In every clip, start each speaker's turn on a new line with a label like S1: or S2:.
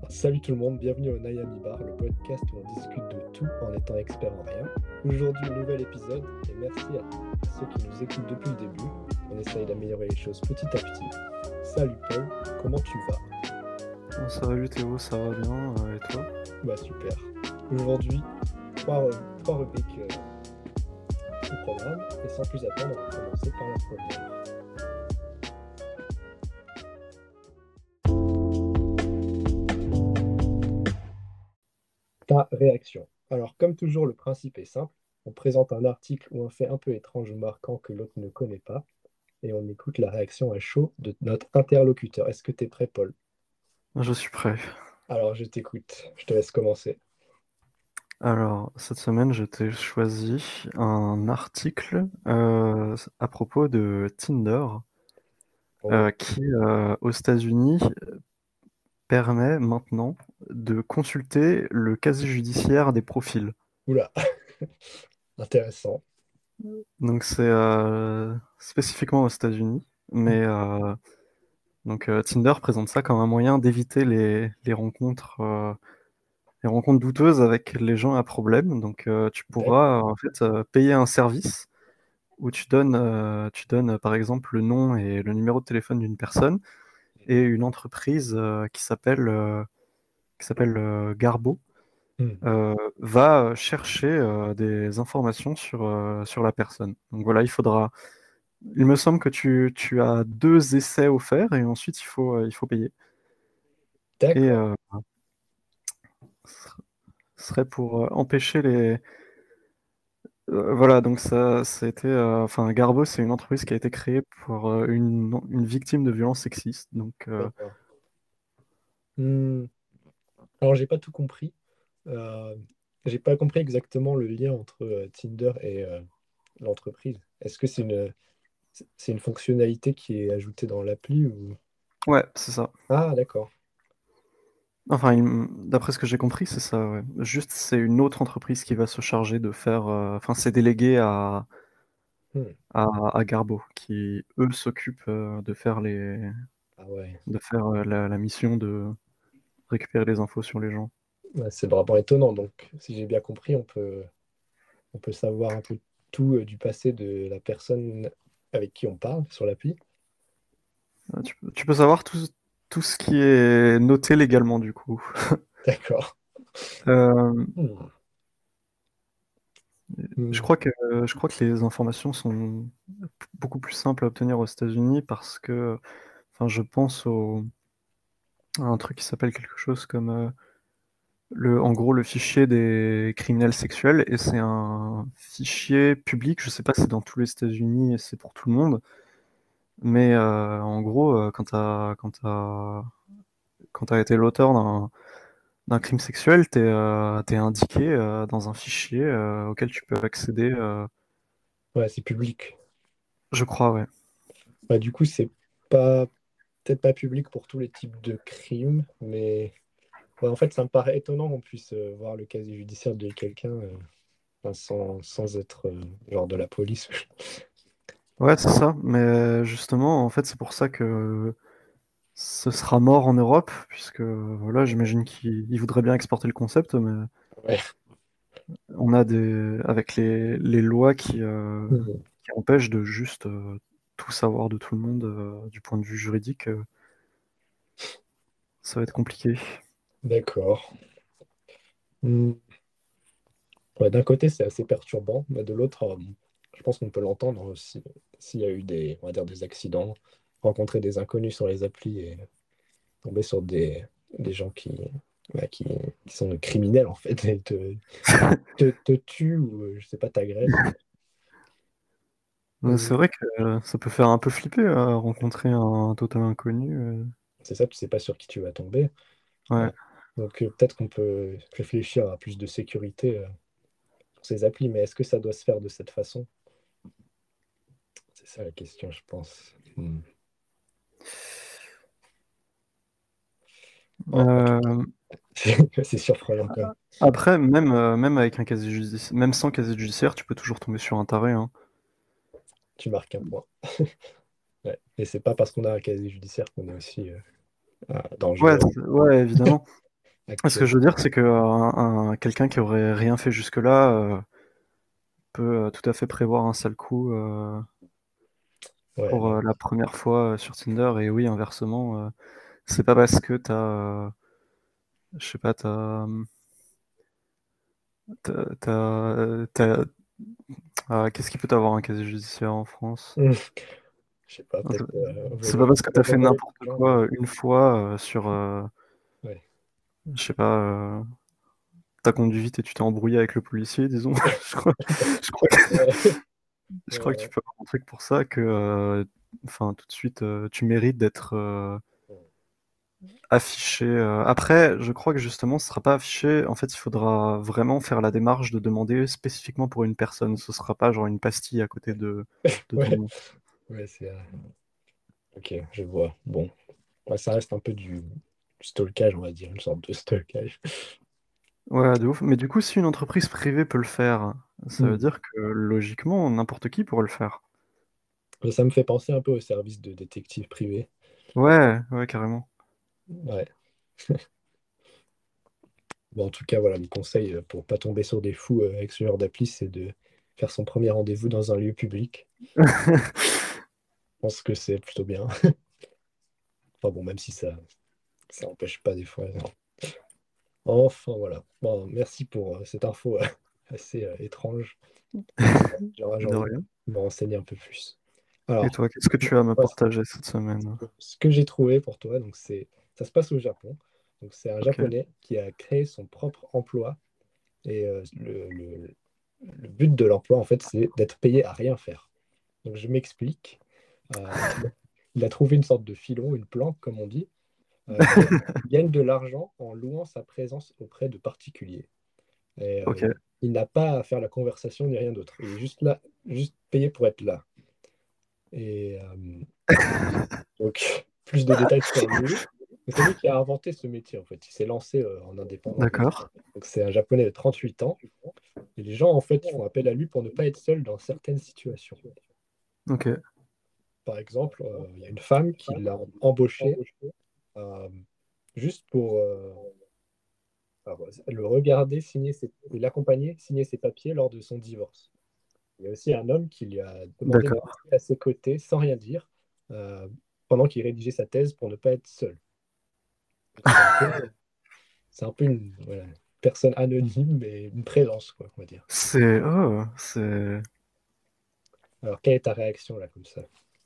S1: Salut tout le monde, bienvenue au Miami Bar, le podcast où on discute de tout en étant expert en rien. Aujourd'hui, nouvel épisode et merci à ceux qui nous écoutent depuis le début. On essaye d'améliorer les choses petit à petit. Salut Paul, comment tu vas?
S2: Salut Théo, ça va bien, et toi?
S1: Bah super. Aujourd'hui, trois rubriques au programme et sans plus attendre, on va commencer par la première. Ta réaction. Alors comme toujours, le principe est simple. On présente un article ou un fait un peu étrange ou marquant que l'autre ne connaît pas. Et on écoute la réaction à chaud de notre interlocuteur. Est-ce que tu es prêt, Paul?
S2: Je suis prêt.
S1: Alors, je t'écoute. Je te laisse commencer.
S2: Alors, cette semaine, je t'ai choisi un article à propos de Tinder
S1: Oh,
S2: qui, aux États-Unis, permet maintenant de consulter le casier judiciaire des profils.
S1: oula, intéressant.
S2: Donc, c'est spécifiquement aux États-Unis, mais Tinder présente ça comme un moyen d'éviter les rencontres douteuses avec les gens à problème. Donc, tu pourras
S1: D'accord.
S2: en fait payer un service où tu donnes par exemple le nom et le numéro de téléphone d'une personne et une entreprise qui s'appelle Garbo
S1: Hmm.
S2: va chercher des informations sur la personne. Donc voilà, il me semble que tu as 2 essais offerts et ensuite il faut payer. Et
S1: D'accord.
S2: ce serait pour empêcher les voilà, donc ça a été, enfin, Garbo, c'est une entreprise qui a été créée pour une victime de violences sexistes. Donc,
S1: D'accord. Hmm. Alors, j'ai pas tout compris. Euh, j'ai pas compris exactement le lien entre Tinder et l'entreprise. Est-ce que c'est une fonctionnalité qui est ajoutée dans l'appli ou...
S2: ouais, c'est ça.
S1: Ah, d'accord.
S2: Enfin, d'après ce que j'ai compris, c'est ça, ouais. Juste, c'est une autre entreprise qui va se charger de faire, enfin, c'est délégué
S1: Hmm.
S2: à Garbo, qui, eux, s'occupent
S1: Ah ouais.
S2: de faire la mission de récupérer les infos sur les gens.
S1: Ouais, c'est vraiment étonnant. Donc, si j'ai bien compris, on peut savoir un peu tout du passé de la personne avec qui on parle sur l'appli.
S2: Tu peux savoir tout ce qui est noté légalement, du coup.
S1: D'accord.
S2: Euh,
S1: Hmm.
S2: Je
S1: Hmm.
S2: crois que, je crois que les informations sont beaucoup plus simples à obtenir aux États-Unis parce que, enfin, je pense à un truc qui s'appelle quelque chose comme en gros, le fichier des criminels sexuels, et c'est un fichier public. Je sais pas si c'est dans tous les États-Unis et c'est pour tout le monde, mais en gros, quand t'as été l'auteur d'un crime sexuel, t'es indiqué dans un fichier auquel tu peux accéder.
S1: Ouais, c'est public.
S2: Je crois, ouais.
S1: Bah, du coup, c'est pas peut-être pas public pour tous les types de crimes, mais ouais, en fait, ça me paraît étonnant qu'on puisse voir le casier judiciaire de quelqu'un enfin, sans être genre de la police.
S2: Ouais, c'est ça. Mais justement, en fait, c'est pour ça que ce sera mort en Europe, puisque voilà, j'imagine qu'ils voudraient bien exporter le concept, mais
S1: Ouais.
S2: on a avec les lois
S1: Mhm.
S2: qui empêchent de juste tout savoir de tout le monde du point de vue juridique, ça va être compliqué.
S1: D'accord. Hmm. Ouais, d'un côté, c'est assez perturbant, mais de l'autre, je pense qu'on peut l'entendre aussi s'il y a eu on va dire des accidents, rencontrer des inconnus sur les applis et tomber sur des gens qui sont des criminels en fait et te tuent ou je sais pas, t'agressent.
S2: Mais c'est
S1: Hmm.
S2: vrai que ça peut faire un peu flipper rencontrer un total inconnu.
S1: C'est ça, tu sais pas sur qui tu vas tomber.
S2: Ouais.
S1: Ouais. Donc peut-être qu'on peut réfléchir à plus de sécurité sur ces applis, mais est-ce que ça doit se faire de cette façon? C'est ça la question, je pense. Hmm. En tout
S2: Euh,
S1: cas, c'est surprenant quand même.
S2: Après, même avec un casier judiciaire, même sans casier judiciaire, tu peux toujours tomber sur un taré, hein.
S1: Tu marques un point. Ouais. Et c'est pas parce qu'on a un casier judiciaire qu'on est aussi
S2: Ouais,
S1: dangereux.
S2: ouais, évidemment. Ce que je veux dire,
S1: actuellement.
S2: c'est que quelqu'un qui aurait rien fait jusque-là peut tout à fait prévoir un sale coup
S1: Ouais,
S2: pour
S1: non.
S2: la première fois sur Tinder. Et oui, inversement, c'est pas parce que je sais pas, t'as- qu'est-ce qui peut avoir un casier judiciaire en France?
S1: Je sais pas,
S2: C'est
S1: peut-être
S2: c'est pas parce que t'as fait
S1: voler de
S2: n'importe
S1: l'argent,
S2: quoi
S1: mais
S2: une fois sur,
S1: ouais.
S2: je sais pas, t'as conduit vite et tu t'es embrouillé avec le policier, disons. Je crois, je crois que,
S1: Ouais,
S2: je crois que tu
S1: ouais,
S2: peux avoir un truc pour ça que, enfin, tout de suite, tu mérites d'être
S1: ouais.
S2: affiché. Après, je crois que justement, ce sera pas affiché. En fait, il faudra vraiment faire la démarche de demander spécifiquement pour une personne. Ce sera pas genre une pastille à côté de ton
S1: Ouais,
S2: nom.
S1: ouais, c'est. Ok, je vois. Bon, ouais, ça reste un peu du stalkage, on va dire, une sorte de stalkage.
S2: Ouais, de ouf. Mais du coup, si une entreprise privée peut le faire, ça veut
S1: Hmm.
S2: dire que logiquement, n'importe qui pourrait le faire.
S1: Mais ça me fait penser un peu au service de détective privé.
S2: Ouais, ouais, carrément.
S1: Ouais. Bon, en tout cas, voilà, le conseil pour pas tomber sur des fous avec ce genre d'appli, c'est de faire son premier rendez-vous dans un lieu public. Je pense que c'est plutôt bien. Enfin bon, même si ça n'empêche pas des fois. Enfin, voilà. Bon, merci pour cette info assez étrange. J'ai
S2: De
S1: envie
S2: rien.
S1: de me renseigner un peu plus.
S2: Et
S1: Alors,
S2: toi, qu'est-ce que tu as à me
S1: moi,
S2: partager cette semaine?
S1: ce que j'ai trouvé pour toi, donc ça se passe au Japon. Donc c'est un
S2: Ok.
S1: Japonais qui a créé son propre emploi et le but de l'emploi, en fait, c'est d'être payé à rien faire. Donc je m'explique. Il a trouvé une sorte de filon, une planque, comme on dit. Il gagne de l'argent en louant sa présence auprès de particuliers. Et,
S2: Ok.
S1: il n'a pas à faire la conversation ni rien d'autre. Il est juste là, juste payé pour être là. Et donc, plus de détails sur lui. Mais c'est lui qui a inventé ce métier, en fait. Il s'est lancé en indépendant comme ça.
S2: D'accord.
S1: Donc, c'est un Japonais de 38 ans. Et les gens, en fait, ils font appel à lui pour ne pas être seuls dans certaines situations.
S2: Ok.
S1: Par exemple, il y a une femme qui l'a embauché euh, juste pour le regarder signer et l'accompagner signer ses papiers lors de son divorce. Il y a aussi un homme qui lui a demandé de
S2: D'accord.
S1: rester à ses côtés sans rien dire euh, pendant qu'il rédigeait sa thèse pour ne pas être seul. Donc, c'est un peu une voilà, personne anonyme, mais une présence, quoi, on va dire.
S2: C'est.
S1: Alors, quelle est ta réaction là, comme ça?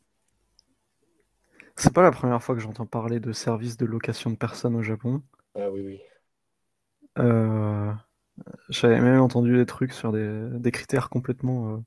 S2: C'est pas la première fois que j'entends parler de services de location de personnes au Japon.
S1: Ah oui, oui.
S2: Euh, J'avais même entendu des trucs sur des critères complètement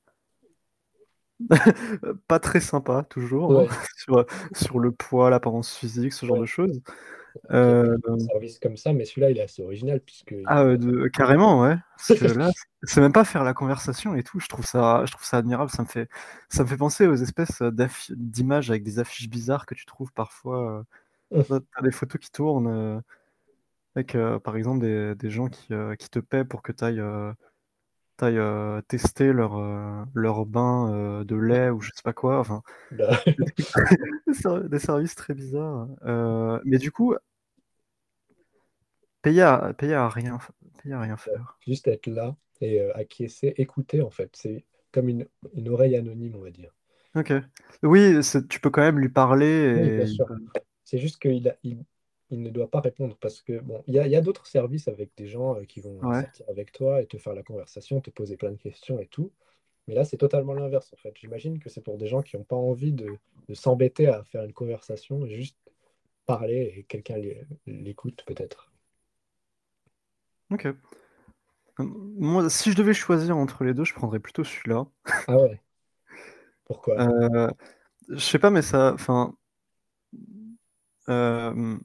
S2: pas très sympas, toujours, hein,
S1: Ouais,
S2: sur le poids, l'apparence physique, ce genre de
S1: ouais.
S2: choses.
S1: Il y a
S2: Euh,
S1: plein de services comme ça, mais celui-là, il est assez original, puisqu'il
S2: ah,
S1: permet.
S2: carrément, ouais. Parce que là, c'est même pas faire la conversation et tout. Je trouve ça admirable. Ça me fait penser aux espèces d'images avec des affiches bizarres que tu trouves parfois. T'as des photos qui tournent avec, par exemple, des gens qui te paient pour que t'ailles tester leur bain de lait ou je sais pas quoi. Enfin,
S1: Là,
S2: des trucs- des services très bizarres. Mais du coup, payer à rien, payer à rien faire.
S1: juste être là et acquiescer, écouter, en fait. C'est comme une oreille anonyme, on va dire.
S2: Ok. Oui, tu peux quand même lui parler
S1: Oui, bien
S2: et.
S1: sûr. C'est juste qu'il ne doit pas répondre parce que, bon, il y a d'autres services avec des gens qui vont
S2: Ouais.
S1: sortir avec toi et te faire la conversation, te poser plein de questions et tout. Mais là, c'est totalement l'inverse, en fait. J'imagine que c'est pour des gens qui n'ont pas envie de s'embêter à faire une conversation et juste parler et quelqu'un l'écoute, peut-être.
S2: Ok. Moi, si je devais choisir entre les deux, je prendrais plutôt celui-là.
S1: Ah ouais, pourquoi?
S2: Euh, je sais pas, mais ça. Enfin. euh,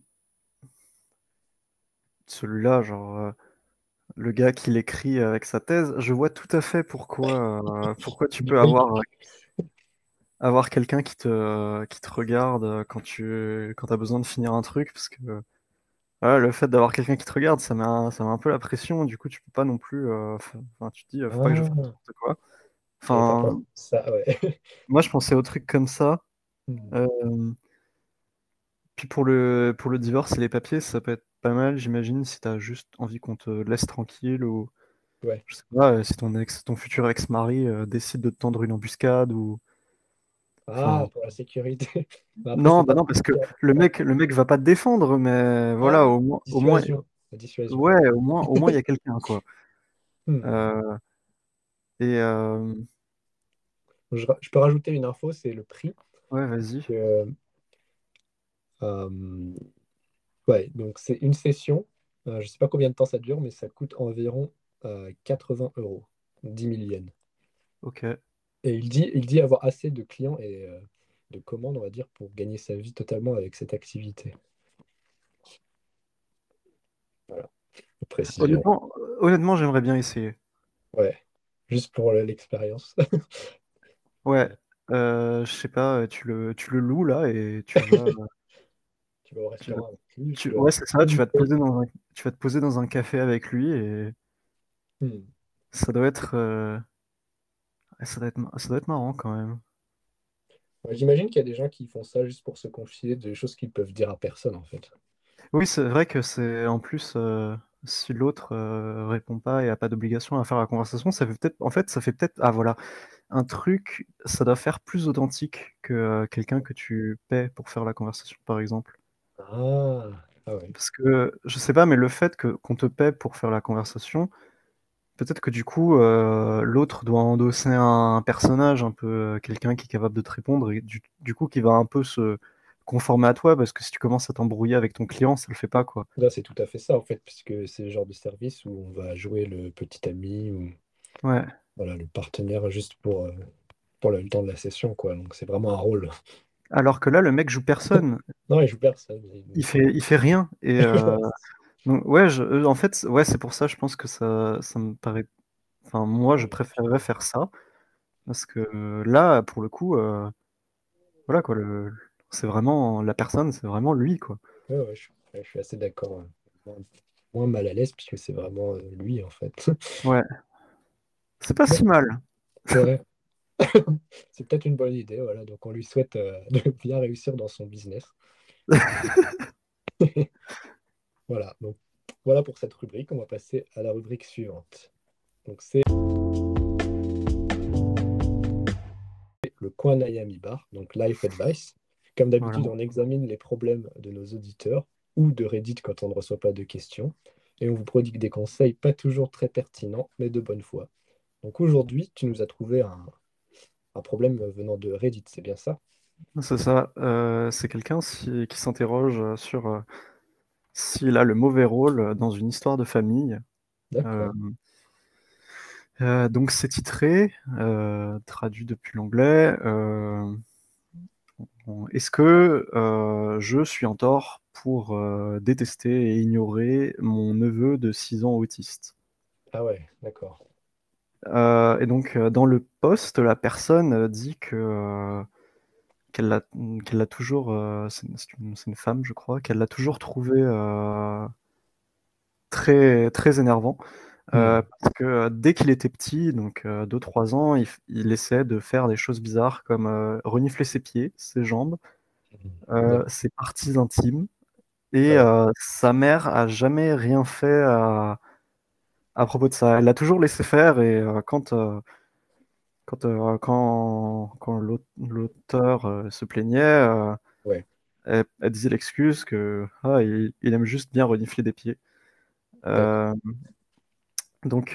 S2: Celui-là, genre. Le gars qui l'écrit avec sa thèse, je vois tout à fait pourquoi tu peux
S1: Oui.
S2: avoir quelqu'un qui te regarde quand t'as besoin de finir un truc, parce que voilà, le fait d'avoir quelqu'un qui te regarde, ça met un peu la pression, du coup tu peux pas non plus, enfin tu te dis, faut pas que je fasse
S1: Ah,
S2: n'importe quoi.
S1: j'avais pas pensé
S2: Enfin,
S1: à ça, ouais.
S2: moi je pensais aux trucs comme ça.
S1: Hmm.
S2: Euh, Puis pour le divorce et les papiers, ça peut être pas mal, j'imagine, si t'as juste envie qu'on te laisse tranquille ou
S1: Ouais.
S2: je sais pas, si ton futur ex-mari décide de te tendre une embuscade ou.
S1: Ah,
S2: Enfin,
S1: pour la sécurité. Mais après,
S2: non,
S1: c'est
S2: bah
S1: pas
S2: non, parce que
S1: bien.
S2: le mec va pas te défendre, mais
S1: Ah
S2: voilà,
S1: oui,
S2: au moins,
S1: dissuasion. La dissuasion.
S2: ouais, au moins il y a quelqu'un, quoi.
S1: Hmm.
S2: Euh, et
S1: Je peux rajouter une info, c'est le prix.
S2: ouais, vas-y.
S1: Que, euh, ouais, donc c'est une session. Je sais pas combien de temps ça dure, mais ça coûte environ 80 euros, 10 000 yens.
S2: Ok.
S1: Et il dit avoir assez de clients et de commandes, on va dire, pour gagner sa vie totalement avec cette activité. Voilà, précision.
S2: Honnêtement, j'aimerais bien essayer.
S1: Ouais, juste pour l'expérience.
S2: Ouais. Je sais pas, tu le loues là et tu vas.
S1: Tu vas au
S2: Tu vas-
S1: restaurant avec lui, tu vas
S2: ouais, c'est ça,
S1: visiter.
S2: tu vas te poser dans un café avec lui et
S1: Hmm.
S2: ça doit être, ça doit être marrant quand même.
S1: Ouais, j'imagine qu'il y a des gens qui font ça juste pour se confier des choses qu'ils peuvent dire à personne, en fait.
S2: Oui, c'est vrai que c'est en plus, si l'autre répond pas et a pas d'obligation à faire la conversation, ça fait peut-être, en fait, ça fait peut-être, ah voilà, un truc, ça doit faire plus authentique que quelqu'un que tu paies pour faire la conversation, par exemple.
S1: Ah ouais.
S2: Parce que je sais pas, mais le fait que qu'on te paie pour faire la conversation, peut-être que du coup, l'autre doit endosser un personnage, un peu quelqu'un qui est capable de te répondre, et du coup qui va un peu se conformer à toi, parce que si tu commences à t'embrouiller avec ton client, ça le fait pas, quoi.
S1: Là, c'est tout à fait ça, en fait, puisque c'est le genre de service où on va jouer le petit ami ou
S2: Ouais.
S1: voilà, le partenaire juste pour le temps de la session, quoi. Donc, c'est vraiment un rôle.
S2: Alors que là, le mec joue personne,
S1: Non, il joue personne.
S2: il fait rien. Et donc, ouais, en fait, ouais, c'est pour ça, je pense que ça me paraît. Enfin, moi, je préférerais faire ça, parce que là, pour le coup, voilà, quoi, c'est vraiment la personne, c'est vraiment lui, quoi.
S1: Ouais, ouais, je suis assez d'accord. Moins, moins mal à l'aise, puisque c'est vraiment lui, en fait.
S2: Ouais, c'est pas
S1: Bon,
S2: si mal.
S1: ouais, c'est peut-être une bonne idée, voilà. Donc, on lui souhaite de bien réussir dans son business. Voilà, donc voilà pour cette rubrique. On va passer à la rubrique suivante. Donc, c'est le coin Miami Bar, donc Life Advice. Comme
S2: Voilà.
S1: d'habitude, on examine les problèmes de nos auditeurs ou de Reddit quand on ne reçoit pas de questions. Et on vous prodigue des conseils pas toujours très pertinents, mais de bonne foi. Donc aujourd'hui, tu nous as trouvé un problème venant de Reddit, c'est bien ça?
S2: C'est ça. C'est quelqu'un qui s'interroge sur s'il a le mauvais rôle dans une histoire de famille. Euh,
S1: D'accord.
S2: donc c'est titré, traduit depuis l'anglais. Est-ce que je suis en tort pour détester et ignorer mon neveu de 6 ans autiste?
S1: Ah ouais, d'accord.
S2: Et donc dans le post, la personne dit qu'elle l'a qu'elle l'a toujours, c'est une femme, je crois, qu'elle l'a toujours trouvé très, très énervant.
S1: Hmm.
S2: Parce que dès qu'il était petit, donc 2-3 ans, il essaie de faire des choses bizarres comme renifler ses pieds, ses jambes,
S1: D'accord.
S2: ses parties intimes.
S1: Ah
S2: Et
S1: ouais,
S2: sa mère a jamais rien fait à propos de ça. Elle l'a toujours laissé faire et quand l'auteur se plaignait,
S1: ouais,
S2: elle disait l'excuse que il aime juste bien renifler des pieds.
S1: d'accord.
S2: Euh, donc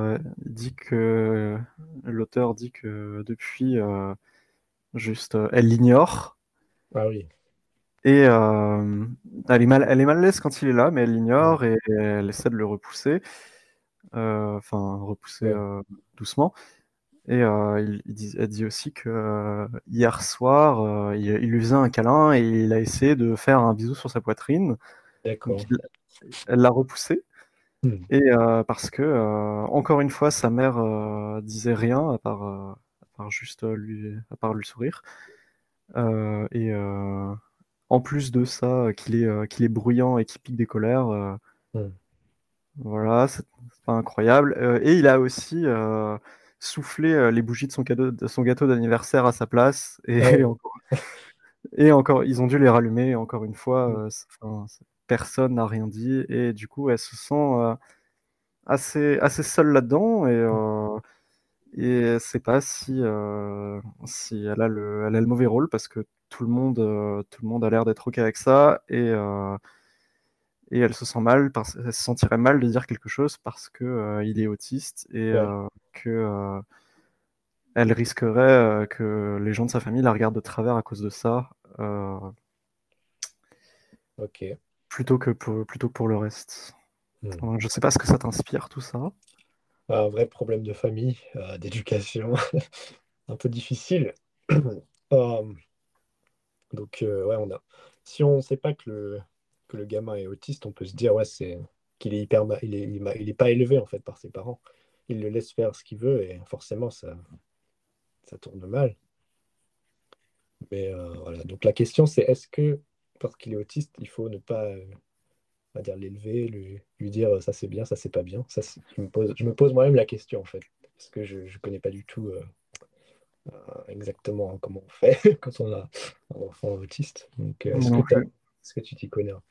S2: l'auteur dit que depuis, juste elle l'ignore
S1: Ah oui,
S2: et elle est mal à l'aise quand il est là, mais elle
S1: hmm.
S2: l'ignore et elle essaie de le repousser. Enfin repousser
S1: Ouais,
S2: doucement. Et elle dit aussi que hier soir, il lui faisait un câlin et il a essayé de faire un bisou sur sa poitrine. Donc
S1: d'accord.
S2: elle l'a repoussé.
S1: Hmm.
S2: Et parce que, encore une fois, sa mère disait rien à part juste à part lui sourire. Et en plus de ça, qu'il est bruyant et qu'il pique des colères,
S1: Hmm.
S2: voilà, c'est pas incroyable. Et il a aussi soufflé les bougies de son gâteau d'anniversaire à sa place.
S1: Ah
S2: Et
S1: ouais.
S2: encore, et encore, ils ont dû les rallumer. Et encore une fois,
S1: Hmm.
S2: enfin, personne n'a rien dit et du coup, elle se sent, assez seule là-dedans et elle sait pas si elle a le mauvais rôle parce que tout le monde a l'air d'être OK avec ça et elle se sent mal parce elle se sentirait mal de dire quelque chose parce que, il est autiste et
S1: Ouais,
S2: que, elle risquerait, que les gens de sa famille la regardent de travers à cause de ça, heu,
S1: ok.
S2: plutôt que pour le reste.
S1: Hmm.
S2: Je sais pas ce que ça t'inspire tout ça?
S1: Un vrai problème de famille, d'éducation, un peu difficile. Euh, donc, ouais, si on ne sait pas que le gamin est autiste, on peut se dire, ouais, c'est qu'il est il est pas élevé en fait par ses parents. Il le laisse faire ce qu'il veut et forcément, ça tourne mal. Mais voilà. Donc, la question, c'est est-ce que parce qu'il est autiste, il faut ne pas, on va dire, l'élever, lui dire ça c'est bien, ça c'est pas bien. Je me pose moi-même la question en fait, parce que je ne connais pas du tout exactement comment on fait quand on a un enfant autiste. Donc,
S2: Moi non plus.
S1: est-ce que tu t'y connais un peu?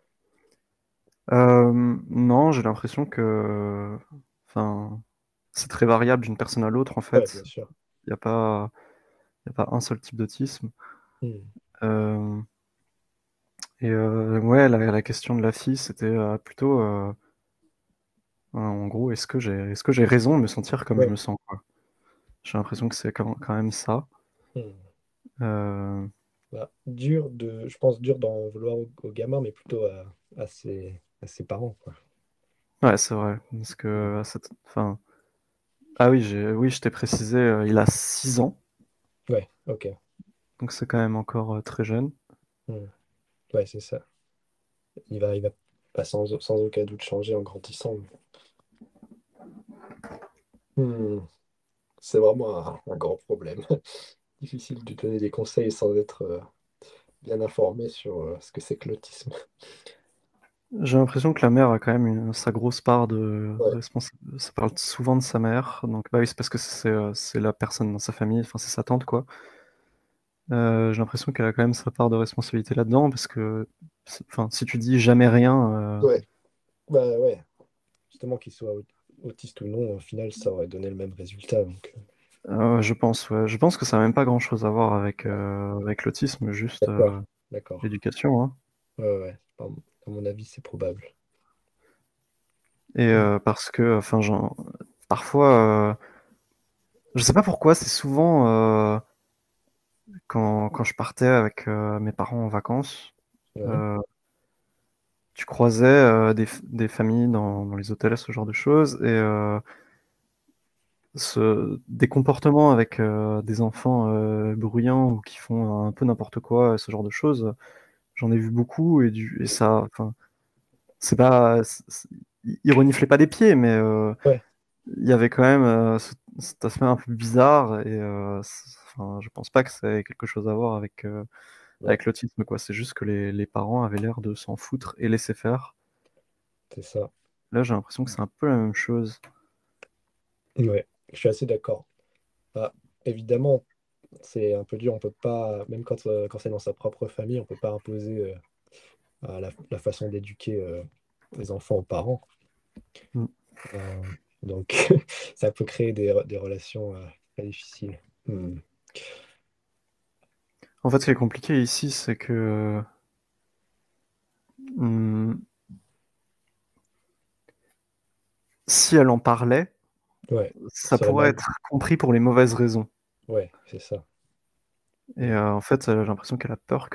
S2: Non, j'ai l'impression que enfin, c'est très variable d'une personne à l'autre en
S1: Ouais, bien
S2: fait.
S1: sûr.
S2: Il y a pas il y a pas un seul type d'autisme.
S1: Hmm.
S2: Hem et ouais, la question de la fille, c'était, plutôt, en gros, est-ce que j'ai raison de me sentir comme je
S1: Ouais.
S2: me sens, quoi? J'ai l'impression que c'est quand même ça.
S1: Hmm.
S2: Heu,
S1: Bah, je pense dur d'en vouloir au gamin, mais plutôt à ses parents, quoi.
S2: ouais, c'est vrai, parce
S1: Hmm.
S2: que à cette enfin, ah oui, je t'ai précisé, il a 6 ans,
S1: Ouais, ok.
S2: donc c'est quand même encore, très jeune.
S1: Hmm. Ouais, c'est ça. Il va pas sans aucun doute changer en grandissant. Hmm. C'est vraiment un grand problème. Difficile de donner des conseils sans être bien informé sur ce que c'est que l'autisme.
S2: J'ai l'impression que la mère a quand même sa grosse part de
S1: Ouais,
S2: responsa ça parle souvent de sa mère, donc bah oui, c'est parce que c'est la personne dans sa famille, enfin c'est sa tante, quoi. J'ai l'impression qu'elle a quand même sa part de responsabilité là-dedans parce que enfin, si tu dis jamais rien,
S1: ouais, bah ouais. Justement, qu'il soit autiste ou non, au final, ça aurait donné le même résultat. Donc,
S2: je pense, ouais. Je pense que ça a même pas grand-chose à voir
S1: ouais.
S2: avec l'autisme, juste,
S1: D'accord, d'accord.
S2: l'éducation, hein
S1: Ouais, ouais. À mon avis, c'est probable.
S2: et
S1: Hmm.
S2: parce que, enfin, parfois, je sais pas pourquoi, c'est souvent, quand je partais avec, mes parents en vacances,
S1: Ouais,
S2: heu, tu croisais, des familles dans les hôtels, ce genre de choses et des comportements avec, des enfants, bruyants ou qui font un peu n'importe quoi, ce genre de choses, j'en ai vu beaucoup et ça enfin, c'est pas ils reniflaient pas des pieds, mais
S1: ouais,
S2: il y avait quand même, cet aspect un peu bizarre et enfin, je pense pas que ça ait quelque chose à voir
S1: ouais,
S2: avec l'autisme, quoi. C'est juste que les parents avaient l'air de s'en foutre et laisser faire.
S1: c'est ça.
S2: Là, j'ai l'impression que c'est un peu la même chose.
S1: Ouais, je suis assez d'accord. Bah, évidemment, c'est un peu dur. On peut pas, même quand c'est dans sa propre famille, on peut pas imposer la façon d'éduquer les enfants aux parents.
S2: Mmh.
S1: Euh, donc, ça peut créer des relations très difficiles. Hmm.
S2: En fait, ce qui est compliqué ici, c'est que, mmh, si elle en parlait,
S1: Ouais, ça
S2: ça
S1: serait
S2: pourrait
S1: mal.
S2: être compris pour les mauvaises raisons
S1: Ouais, c'est ça.
S2: et
S1: Hmm.
S2: en fait, j'ai l'impression qu'elle a peur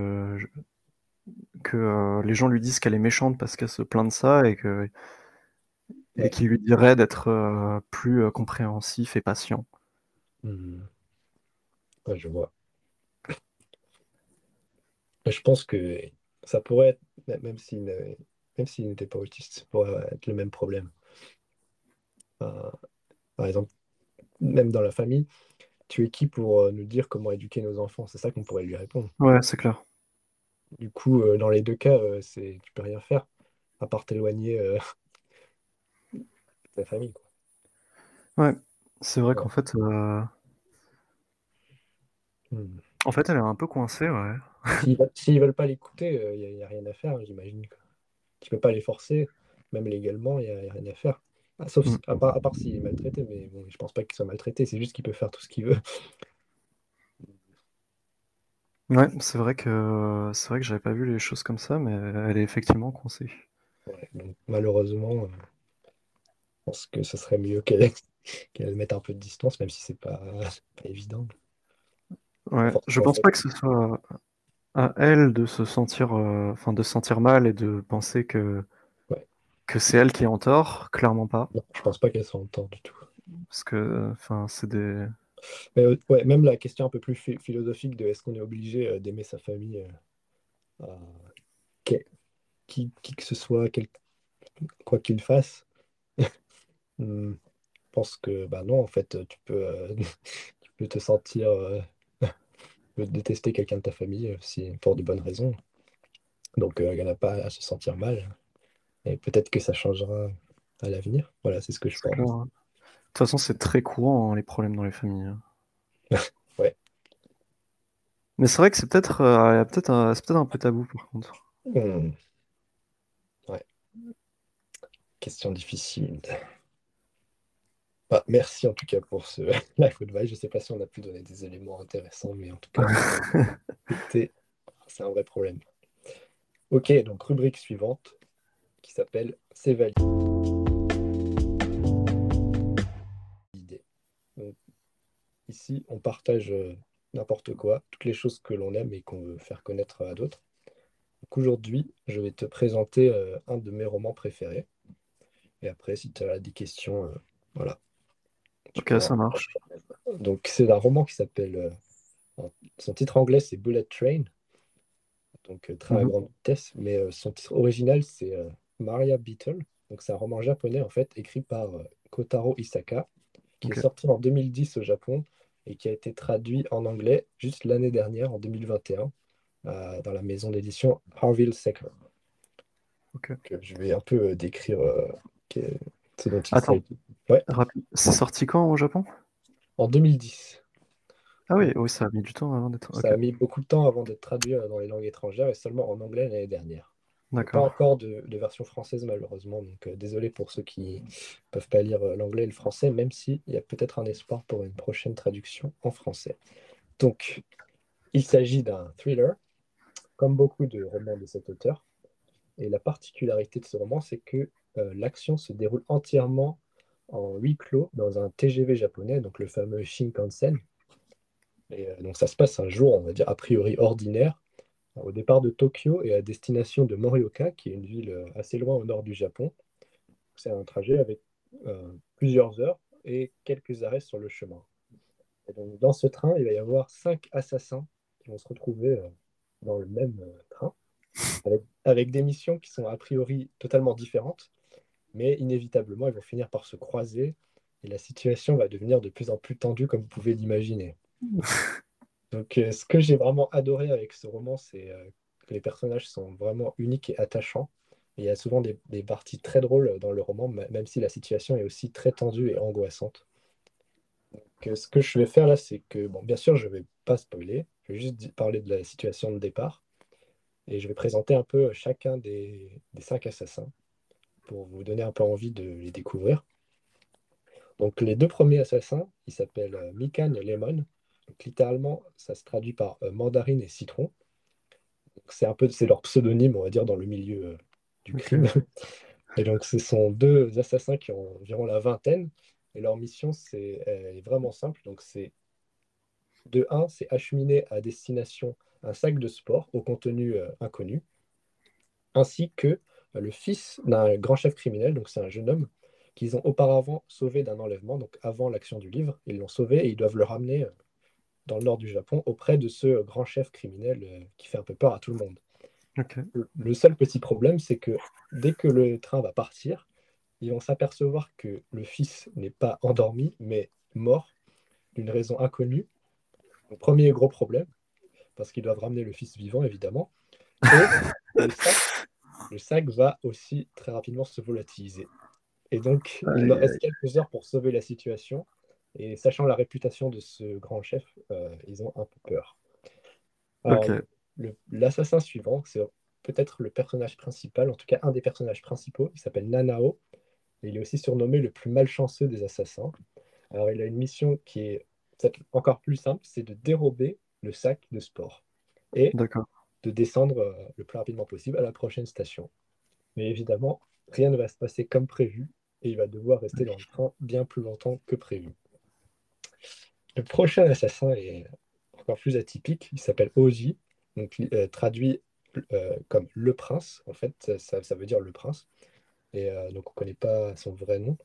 S2: que les gens lui disent qu'elle est méchante parce qu'elle se plaint de ça et
S1: Ouais.
S2: qu'ils lui diraient d'être, plus, compréhensif et patient.
S1: Hmm. Ouais, je vois. Je pense que ça pourrait être, même s'il n'était pas autiste, ça pourrait être le même problème. Euh, Par exemple, même dans la famille, tu es qui pour nous dire comment éduquer nos enfants? C'est ça qu'on pourrait lui répondre.
S2: Ouais, c'est clair.
S1: Du coup, dans les deux cas, tu peux rien faire, à part t'éloigner de ta famille, quoi.
S2: Ouais, c'est vrai
S1: Ouais.
S2: qu'en fait,
S1: Hmm.
S2: en fait, elle est un peu coincée, ouais.
S1: S'ils veulent pas l'écouter, il y a rien à faire, j'imagine, quoi. Tu peux pas les forcer, même légalement, y a rien à faire. Ah, sauf
S2: Mm.
S1: à part s'il est maltraité, mais bon, je pense pas qu'il soit maltraité, c'est juste qu'il peut faire tout ce qu'il veut.
S2: Ouais, c'est vrai que j'avais pas vu les choses comme ça, mais elle est effectivement coincée.
S1: Ouais, donc malheureusement, je pense que ce serait mieux qu'elle mette un peu de distance, même si c'est pas évident. Pas
S2: Ouais, je
S1: forcément
S2: pense
S1: fait.
S2: pas que ce soit à elle de se sentir, enfin de se sentir mal et de penser
S1: Ouais.
S2: que c'est elle qui est en tort, clairement pas.
S1: Non, je pense pas qu'elle soit en tort du tout.
S2: Parce que, enfin, c'est des.
S1: Mais ouais, même la question un peu plus philosophique de est-ce qu'on est obligé d'aimer sa famille, à- que- qui que ce soit, quoi qu'il fasse, je pense que bah non, en fait, tu peux te sentir, tu peux détester quelqu'un de ta famille si, pour de bonnes raisons. Donc, il n'y en a pas à se sentir mal. Et peut-être que ça changera à l'avenir. Voilà, c'est ce que je
S2: C'est clair,
S1: pense.
S2: hein. De toute façon, c'est très courant, hein, les problèmes dans les familles, hein.
S1: Ouais.
S2: Mais c'est vrai que c'est peut-être un peu tabou par contre.
S1: Hmm. Ouais. Question difficile. Bah, merci en tout cas pour ce life advice. Je ne sais pas si on a pu donner des éléments intéressants, mais en tout cas, c'était- c'est un vrai problème. Ok, donc rubrique suivante qui s'appelle C'est validé. Donc, ici, on partage n'importe quoi, toutes les choses que l'on aime et qu'on veut faire connaître à d'autres. Donc aujourd'hui, je vais te présenter un de mes romans préférés. Et après, si tu as des questions, voilà, tu
S2: Ok,
S1: pourras.
S2: ça marche.
S1: Donc, c'est un roman qui s'appelle. Son titre anglais, c'est Bullet Train, donc train à
S2: Mhm.
S1: grande vitesse. Mais son titre original, c'est Maria Beetle. Donc, c'est un roman japonais, en fait, écrit par Kotaro Isaka, qui est
S2: Ok,
S1: sorti en 2010 au Japon et qui a été traduit en anglais juste l'année dernière, en 2021, dans la maison d'édition Harville Secker.
S2: ok.
S1: Je vais un peu décrire ce dont il
S2: Attends,
S1: s'agit. Ouais,
S2: rapide. C'est sorti quand au Japon?
S1: en 2010.
S2: Ah oui,
S1: Donc,
S2: oui, ça a mis du temps avant d'être.
S1: ça
S2: Ok,
S1: a mis beaucoup de temps avant d'être traduit dans les langues étrangères et seulement en anglais l'année dernière. Et pas
S2: d'accord.
S1: encore de version française malheureusement. Donc désolé pour ceux qui peuvent pas lire l'anglais et le français, même s'il y a peut-être un espoir pour une prochaine traduction en français. Donc, il s'agit d'un thriller, comme beaucoup de romans de cet auteur. Et la particularité de ce roman, c'est que l'action se déroule entièrement en huis clos dans un TGV japonais, donc le fameux Shinkansen. Et donc ça se passe un jour, on va dire, a priori ordinaire, au départ de Tokyo et à destination de Morioka, qui est une ville assez loin au nord du Japon. C'est un trajet avec plusieurs heures et quelques arrêts sur le chemin. Et donc dans ce train, il va y avoir 5 assassins qui vont se retrouver dans le même train, avec des missions qui sont a priori totalement différentes, mais inévitablement, ils vont finir par se croiser et la situation va devenir de plus en plus tendue, comme vous pouvez l'imaginer. Donc, ce que j'ai vraiment adoré avec ce roman, c'est que les personnages sont vraiment uniques et attachants. Et il y a souvent des parties très drôles dans le roman, même si la situation est aussi très tendue et angoissante. Ce que je vais faire là, c'est que, bon, bien sûr, je ne vais pas spoiler, je vais juste parler de la situation de départ. Et je vais présenter un peu chacun des 5 assassins pour vous donner un peu envie de les découvrir. Donc, les deux premiers assassins, ils s'appellent Mikan et Lemon. Donc, littéralement, ça se traduit par mandarine et citron. C'est leur pseudonyme, on va dire, dans le milieu du
S2: Ok.
S1: crime. Et donc, ce sont deux assassins qui ont environ la vingtaine. Et leur mission, elle est vraiment simple. Donc, de un, c'est acheminer à destination un sac de sport au contenu inconnu, ainsi que le fils d'un grand chef criminel. Donc, c'est un jeune homme qu'ils ont auparavant sauvé d'un enlèvement. Donc, avant l'action du livre, ils l'ont sauvé et ils doivent le ramener dans le nord du Japon auprès de ce grand chef criminel qui fait un peu peur à tout le monde.
S2: Ok.
S1: Le seul petit problème, c'est que dès que le train va partir, ils vont s'apercevoir que le fils n'est pas endormi, mais mort d'une raison inconnue. Donc, premier gros problème, parce qu'ils doivent ramener le fils vivant, évidemment. Et le sac, le sac va aussi très rapidement se volatiliser. Et donc, il leur
S2: Aïe,
S1: reste
S2: aïe.
S1: quelques heures pour sauver la situation. Et sachant la réputation de ce grand chef, ils ont un peu peur. Alors,
S2: Ok.
S1: l'assassin suivant, c'est peut-être le personnage principal, en tout cas un des personnages principaux. Il s'appelle Nanao et il est aussi surnommé le plus malchanceux des assassins. Alors, il a une mission qui est peut-être encore plus simple, c'est de dérober le sac de sport et
S2: D'accord.
S1: de descendre le plus rapidement possible à la prochaine station. Mais évidemment, rien ne va se passer comme prévu et il va devoir rester dans le train bien plus longtemps que prévu. Le prochain assassin est encore plus atypique, il s'appelle Oji, donc traduit comme le prince, en fait, ça veut dire le prince, et donc on ne connaît pas son vrai nom,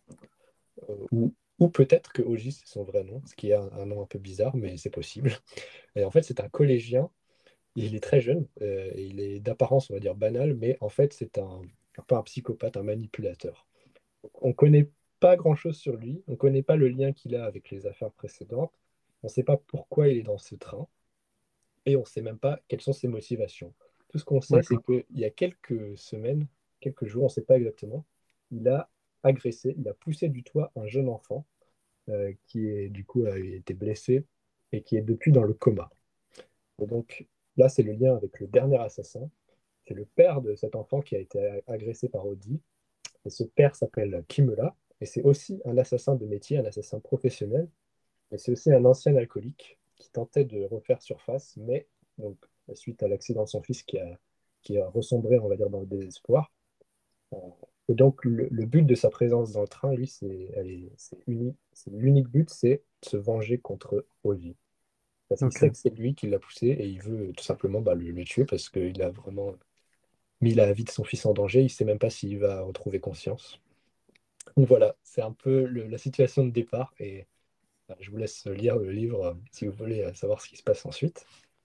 S1: ou peut-être que Oji c'est son vrai nom, ce qui est un nom un peu bizarre, mais c'est possible. Et en fait, c'est un collégien. Il est très jeune, et il est d'apparence, on va dire, banal, mais en fait, c'est un peu un psychopathe, un manipulateur. On ne connaît pas grand-chose sur lui, on ne connaît pas le lien qu'il a avec les affaires précédentes, on ne sait pas pourquoi il est dans ce train, et on ne sait même pas quelles sont ses motivations. Tout ce qu'on sait, c'est
S2: D'accord.
S1: qu'il y a quelques semaines, quelques jours, on ne sait pas exactement, il a agressé, il a poussé du toit un jeune enfant qui est du coup a été blessé et qui est depuis dans le coma. Et donc là, c'est le lien avec le dernier assassin. C'est le père de cet enfant qui a été agressé par Audi. Et ce père s'appelle Kimura. Et c'est aussi un assassin de métier, un assassin professionnel. Mais c'est aussi un ancien alcoolique qui tentait de refaire surface, mais donc, suite à l'accident de son fils qui a ressombré, on va dire, dans le désespoir. Et donc, le but de sa présence dans le train, lui, c'est unique. L'unique but, c'est de se venger contre Audi. Parce qu'il sait
S2: Ok.
S1: que c'est lui qui l'a poussé et il veut tout simplement bah, le tuer parce qu'il a vraiment mis la vie de son fils en danger. Il ne sait même pas s'il va retrouver conscience. Donc voilà, c'est un peu la situation de départ et je vous laisse lire le livre si vous voulez savoir ce qui se passe ensuite.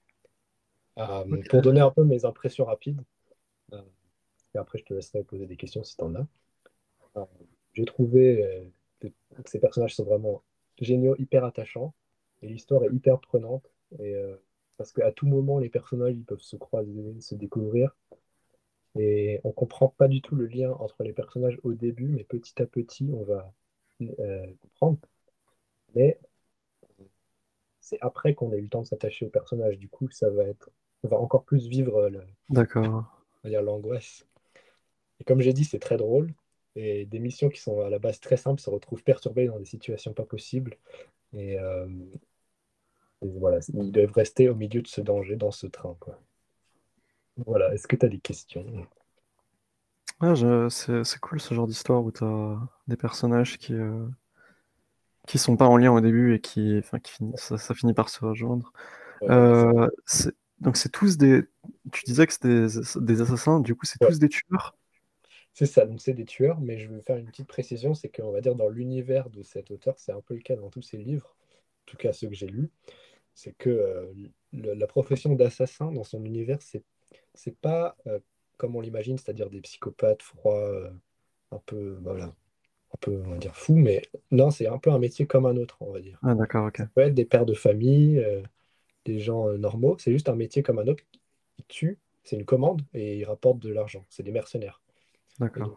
S1: Pour
S2: Ok.
S1: donner un peu mes impressions rapides, euh, et après je te laisserai poser des questions si tu en as. Euh, j'ai trouvé que ces personnages sont vraiment géniaux, hyper attachants et l'histoire est hyper prenante. Et, parce qu'à tout moment, les personnages ils peuvent se croiser, se découvrir. Et on comprend pas du tout le lien entre les personnages au début, mais petit à petit, on va comprendre. Mais c'est après qu'on a eu le temps de s'attacher aux personnages. Du coup, on va encore plus vivre
S2: D'accord.
S1: on va dire l'angoisse. Et comme j'ai dit, c'est très drôle. Et des missions qui sont à la base très simples se retrouvent perturbées dans des situations pas possibles. Et voilà, ils doivent rester au milieu de ce danger dans ce train, quoi. Voilà, est-ce que tu as des questions?
S2: Ouais, c'est cool ce genre d'histoire où t'as des personnages qui sont pas en lien au début et enfin, ça finit par se rejoindre.
S1: Ouais, voilà,
S2: Donc c'est tous des. Tu disais que c'était des assassins, du coup c'est
S1: ouais,
S2: tous des tueurs?
S1: c'est ça, donc c'est des tueurs, mais je veux faire une petite précision, c'est qu'on va dire dans l'univers de cet auteur, c'est un peu le cas dans tous ses livres, en tout cas ceux que j'ai lus, c'est que la profession d'assassin dans son univers, c'est pas comme on l'imagine, c'est-à-dire des psychopathes froids, un peu, voilà, un peu, on va dire, fous, mais non, c'est un peu un métier comme un autre, on va dire.
S2: Ah d'accord, ok.
S1: Ça peut être des pères de famille, des gens normaux, c'est juste un métier comme un autre. Ils tuent, c'est une commande et ils rapportent de l'argent, c'est des mercenaires. Et
S2: D'accord.
S1: donc,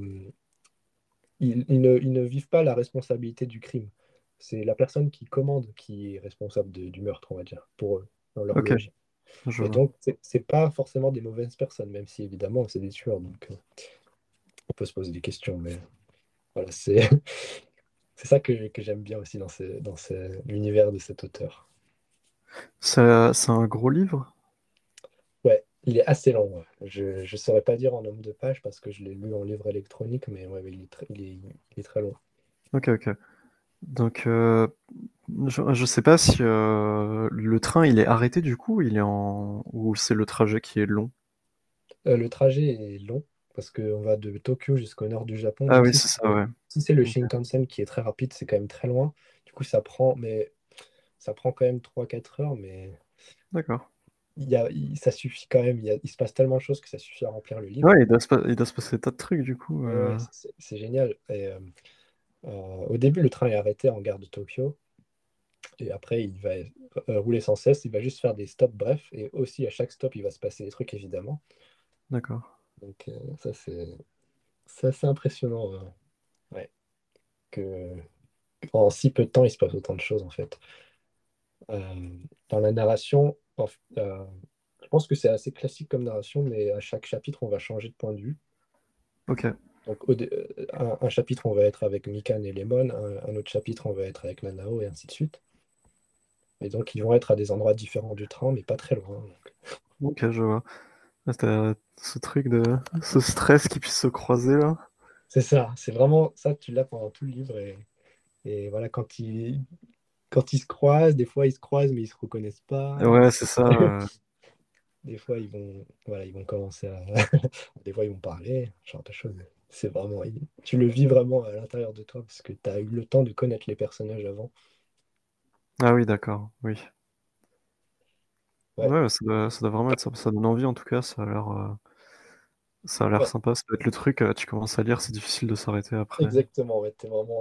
S1: ils ne vivent pas la responsabilité du crime. C'est la personne qui commande qui est responsable du meurtre, on va dire, pour eux, dans leur
S2: Ok,
S1: logique.
S2: je
S1: Et
S2: vois.
S1: donc, c'est pas forcément des mauvaises personnes, même si évidemment c'est des tueurs, donc on peut se poser des questions, mais voilà, c'est c'est ça que j'aime bien aussi l'univers de cet auteur.
S2: C'est un gros livre?
S1: Ouais, il est assez long. Ouais. Je ne saurais pas dire en nombre de pages parce que je l'ai lu en livre électronique, mais ouais, il est très long.
S2: Ok, ok. Donc je sais pas si le train il est arrêté du coup, il est en ou c'est le trajet qui est long.
S1: Le trajet est long parce qu'on va de Tokyo jusqu'au nord du Japon,
S2: Ah
S1: même
S2: oui, c'est ça, ouais.
S1: si c'est le
S2: Ok,
S1: Shinkansen qui est très rapide, c'est quand même très loin. Du coup, ça prend quand même 3 4 heures, mais
S2: d'accord.
S1: ça suffit quand même. Il se passe tellement de choses que ça suffit à remplir le livre.
S2: Ouais, il doit se passer des tas de trucs du coup.
S1: Ouais, ouais, c'est génial. Et, au début, le train est arrêté en gare de Tokyo. Et après, il va rouler sans cesse. Il va juste faire des stops brefs. Et aussi, à chaque stop, il va se passer des trucs, évidemment.
S2: D'accord.
S1: Donc, ça, c'est assez impressionnant. Ouais, que en si peu de temps, il se passe autant de choses, en fait. Euh, dans la narration, pense que c'est assez classique comme narration, mais à chaque chapitre, on va changer de point de vue.
S2: Ok.
S1: Donc, un chapitre, on va être avec Mikan et Lemon, un autre chapitre, on va être avec Nanao, et ainsi de suite. Et donc, ils vont être à des endroits différents du train, mais pas très loin. Donc.
S2: Ok, je vois. Ah, t'as ce truc de... ce stress qui puisse se croiser, là.
S1: C'est ça, c'est vraiment ça, tu l'as pendant tout le livre. Et voilà, quand ils se croisent, des fois ils se croisent, mais ils se reconnaissent pas.
S2: Ouais, c'est ça.
S1: Des fois, ils vont commencer à. Des fois, ils vont parler, ce genre de choses. C'est vraiment. Tu le vis vraiment à l'intérieur de toi parce que tu as eu le temps de connaître les personnages avant.
S2: Ah oui, d'accord, oui.
S1: Ouais,
S2: Ouais, ça doit vraiment être ça. Ça donne envie, en tout cas, ça a l'air
S1: ouais,
S2: sympa. Ça doit être le truc, tu commences à lire, c'est difficile de s'arrêter après.
S1: exactement. Ouais,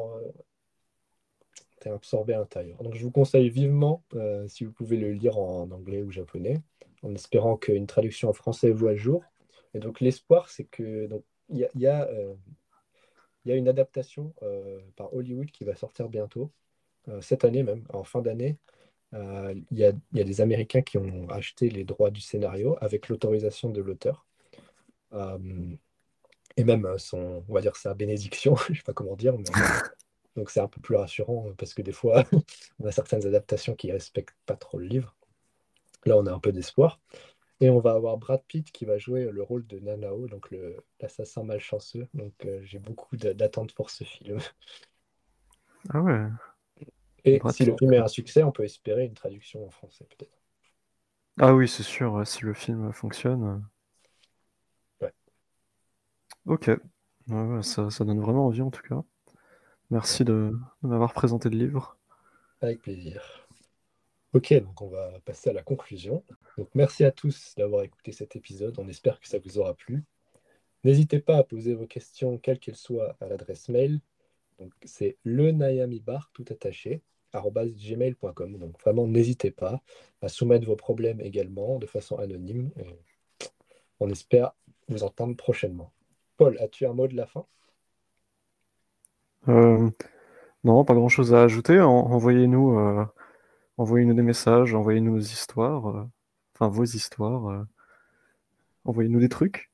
S1: t'es absorbé à l'intérieur. Donc, je vous conseille vivement, si vous pouvez le lire en anglais ou japonais, en espérant qu'une traduction en français voit le jour. Et donc, l'espoir, c'est que donc il y a une adaptation par Hollywood qui va sortir bientôt, cette année même, en fin d'année. Il y a des Américains qui ont acheté les droits du scénario avec l'autorisation de l'auteur. Euh, et même on va dire sa bénédiction, je ne sais pas comment dire, mais donc c'est un peu plus rassurant parce que des fois, on a certaines adaptations qui ne respectent pas trop le livre. Là, on a un peu d'espoir. Et on va avoir Brad Pitt qui va jouer le rôle de Nanao, donc l'assassin malchanceux. Donc j'ai beaucoup d'attentes pour ce film.
S2: Ah ouais,
S1: Et
S2: Brad
S1: si le
S2: Pitt.
S1: film est un succès, on peut espérer une traduction en français peut-être.
S2: Ah oui, c'est sûr, si le film fonctionne.
S1: Ouais,
S2: Ok. Ouais, ouais, ça donne vraiment envie, en tout cas.
S1: ouais,
S2: Merci de m'avoir présenté le livre.
S1: avec plaisir. Ok, donc on va passer à la conclusion. Donc merci à tous d'avoir écouté cet épisode. On espère que ça vous aura plu. N'hésitez pas à poser vos questions, quelles qu'elles soient, à l'adresse mail. Donc c'est le tout attaché, @gmail.com. Donc vraiment, n'hésitez pas à soumettre vos problèmes également de façon anonyme. Et on espère vous entendre prochainement. Paul, as-tu un mot de la fin?
S2: Euh, non, pas grand-chose à ajouter. Envoyez-nous des messages, envoyez-nous nos histoires, enfin vos histoires, envoyez-nous des trucs.